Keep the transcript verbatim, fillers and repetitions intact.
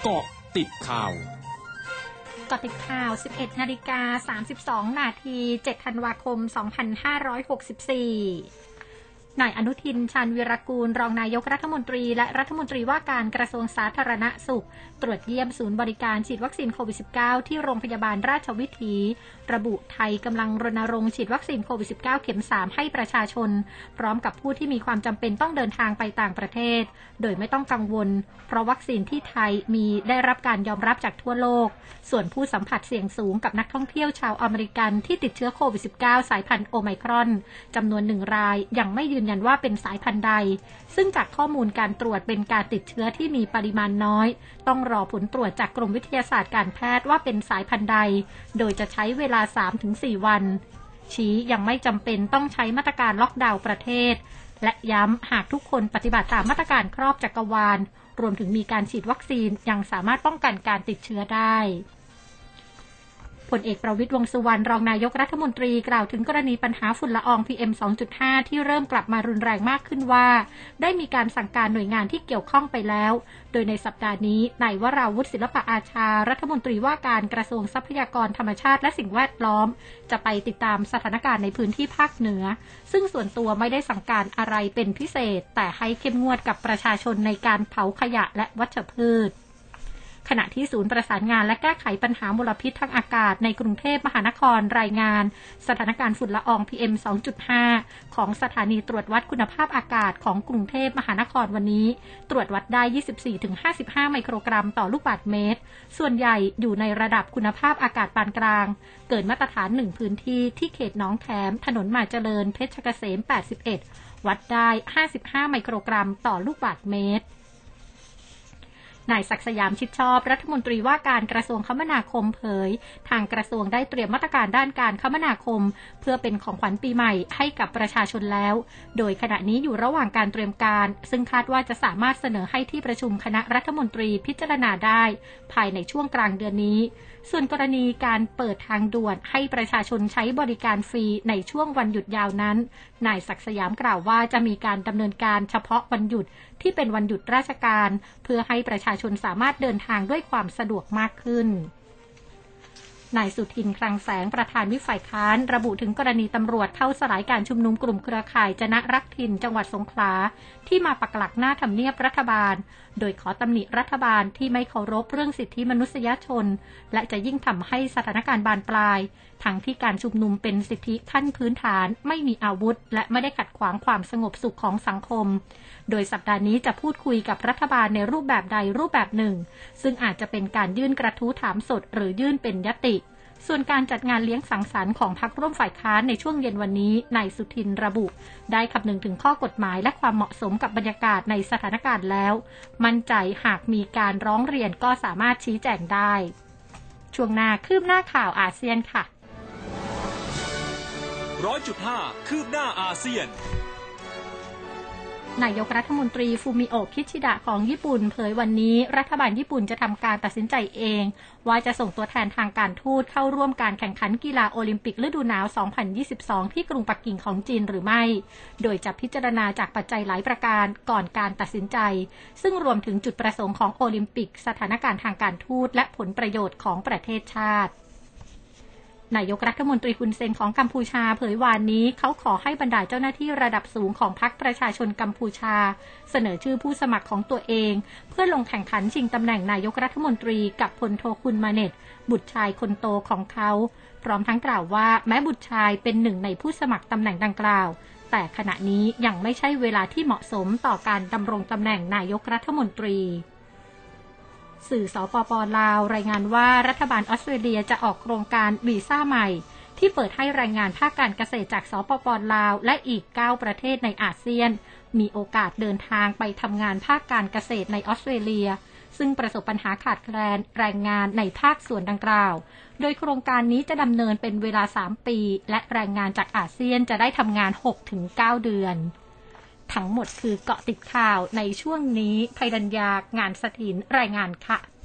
เกาะติดข่าวเกาะติดข่าว สิบเอ็ดนาฬิกาสามสิบสองนาที เจ็ดธันวาคม สองพันห้าร้อยหกสิบสี่นายอนุทิน ชาญวีรกูลรองนายกรัฐมนตรีและรัฐมนตรีว่าการกระทรวงสาธารณสุขตรวจเยี่ยมศูนย์บริการฉีดวัคซีนโควิด สิบเก้า ที่โรงพยาบาลราชวิถีระบุไทยกำลังรณรงค์ฉีดวัคซีนโควิด สิบเก้า เข็มสามให้ประชาชนพร้อมกับผู้ที่มีความจำเป็นต้องเดินทางไปต่างประเทศโดยไม่ต้องกังวลเพราะวัคซีนที่ไทยมีได้รับการยอมรับจากทั่วโลกส่วนผู้สัมผัสเสี่ยงสูงกับนักท่องเที่ยวชาวอเมริกันที่ติดเชื้อโควิด สิบเก้า สายพันธุ์โอไมครอนจำนวนหนึ่งรายยังไม่ยืนยันว่าเป็นสายพันธุ์ใดซึ่งจากข้อมูลการตรวจเป็นการติดเชื้อที่มีปริมาณน้อยต้องรอผลตรวจจากกรมวิทยาศาสตร์การแพทย์ว่าเป็นสายพันธุ์ใดโดยจะใช้เวลา สามถึงสี่ วันชี้ยังไม่จำเป็นต้องใช้มาตรการล็อกดาวน์ประเทศและย้ำหากทุกคนปฏิบัติตามมาตรการครอบจักรวาลรวมถึงมีการฉีดวัคซีนยังสามารถป้องกันการติดเชื้อได้พลเอกประวิตร วงษ์สุวรรณรองนายกรัฐมนตรีกล่าวถึงกรณีปัญหาฝุ่นละออง พี เอ็ม สองจุดห้า ที่เริ่มกลับมารุนแรงมากขึ้นว่าได้มีการสั่งการหน่วยงานที่เกี่ยวข้องไปแล้วโดยในสัปดาห์นี้นายวราวุฒิศิลปอาชารัฐมนตรีว่าการกระทรวงทรัพยากรธรรมชาติและสิ่งแวดล้อมจะไปติดตามสถานการณ์ในพื้นที่ภาคเหนือซึ่งส่วนตัวไม่ได้สั่งการอะไรเป็นพิเศษแต่ให้เข้มงวดกับประชาชนในการเผาขยะและวัชพืชขณะที่ศูนย์ประสานงานและแก้ไขปัญหามลพิษทางอากาศในกรุงเทพมหานครรายงานสถานการณ์ฝุ่นละออง พี เอ็ม สองจุดห้า ของสถานีตรวจวัดคุณภาพอากาศของกรุงเทพมหานครวันนี้ตรวจวัดได้ ยี่สิบสี่ถึงห้าสิบห้า ไมโครกรัมต่อลูกบาศก์เมตรส่วนใหญ่อยู่ในระดับคุณภาพอากาศปานกลางเกินมาตรฐานหนึ่งพื้นที่ที่เขตหนองแขมถนนมาเจริญเพชรเกษมแปดสิบเอ็ดวัดได้ห้าสิบห้าไมโครกรัมต่อลูกบาศก์เมตรนายศักดิ์สยามชิดชอบรัฐมนตรีว่าการกระทรวงคมนาคมเผยทางกระทรวงได้เตรียมมาตรการด้านการคมนาคมเพื่อเป็นของขวัญปีใหม่ให้กับประชาชนแล้วโดยขณะนี้อยู่ระหว่างการเตรียมการซึ่งคาดว่าจะสามารถเสนอให้ที่ประชุมคณะรัฐมนตรีพิจารณาได้ภายในช่วงกลางเดือนนี้ส่วนกรณีการเปิดทางด่วนให้ประชาชนใช้บริการฟรีในช่วงวันหยุดยาวนั้นนายศักดิ์สยามกล่าวว่าจะมีการดำเนินการเฉพาะวันหยุดที่เป็นวันหยุดราชการเพื่อให้ประชาชนสามารถเดินทางด้วยความสะดวกมากขึ้นนายสุทิน คลังแสงประธานวิปฝ่ายค้านระบุถึงกรณีตำรวจเข้าสลายการชุมนุมกลุ่มเครือข่ายจนะรักถิ่นจังหวัดสงขลาที่มาปักหลักหน้าทำเนียบรัฐบาลโดยขอตำหนิรัฐบาลที่ไม่เคารพเรื่องสิทธิมนุษยชนและจะยิ่งทำให้สถานการณ์บานปลายทั้งที่การชุมนุมเป็นสิทธิขั้นพื้นฐานไม่มีอาวุธและไม่ได้ขัดขวางความสงบสุขของสังคมโดยสัปดาห์นี้จะพูดคุยกับรัฐบาลในรูปแบบใดรูปแบบหนึ่งซึ่งอาจจะเป็นการยื่นกระทู้ถามสดหรือยื่นเป็นยติส่วนการจัดงานเลี้ยงสังสรรค์ของพรรคร่วมฝ่ายค้านในช่วงเย็นวันนี้นายสุทินระบุได้คำนึงถึงข้อกฎหมายและความเหมาะสมกับบรรยากาศในสถานการณ์แล้วมั่นใจหากมีการร้องเรียนก็สามารถชี้แจงได้ช่วงหน้าคืบหน้าข่าวอาเซียนค่ะร้อยจุดห้า คืบหน้าอาเซียนนายกรัฐมนตรีฟูมิโอะคิชิดะของญี่ปุ่นเผยวันนี้รัฐบาลญี่ปุ่นจะทำการตัดสินใจเองว่าจะส่งตัวแทนทางการทูตเข้าร่วมการแข่งขันกีฬาโอลิมปิกฤดูหนาว สองพันยี่สิบสอง ที่กรุงปักกิ่งของจีนหรือไม่โดยจะพิจารณาจากปัจจัยหลายประการก่อนการตัดสินใจซึ่งรวมถึงจุดประสงค์ของโอลิมปิกสถานการณ์ทางการทูตและผลประโยชน์ของประเทศชาตินายกรัฐมนตรีฮุนเซนของกัมพูชาเผยวานนี้เขาขอให้บรรดาเจ้าหน้าที่ระดับสูงของพรรคประชาชนกัมพูชาเสนอชื่อผู้สมัครของตัวเองเพื่อลงแข่งขันชิงตำแหน่งนายกรัฐมนตรีกับพลโทคุนมาเนตบุตรชายคนโตของเขาพร้อมทั้งกล่าวว่าแม้บุตรชายเป็นหนึ่งในผู้สมัครตำแหน่งดังกล่าวแต่ขณะนี้ยังไม่ใช่เวลาที่เหมาะสมต่อการดำรงตำแหน่งนายกรัฐมนตรีสื่อสปป.ลาวรายงานว่ารัฐบาลออสเตรเลียจะออกโครงการวีซ่าใหม่ที่เปิดให้แรงงานภาคการเกษตรจากสปป.ลาวและอีกเก้าประเทศในอาเซียนมีโอกาสเดินทางไปทำงานภาคการเกษตรในออสเตรเลียซึ่งประสบปัญหาขาดแคลนแรงงานในภาคส่วนดังกล่าวโดยโครงการนี้จะดำเนินเป็นเวลาสามปีและแรงงานจากอาเซียนจะได้ทำงาน หกถึงเก้า เดือนทั้งหมดคือเกาะติดข่าวในช่วงนี้ภัยรัญญางานสถินรายงานค่ะ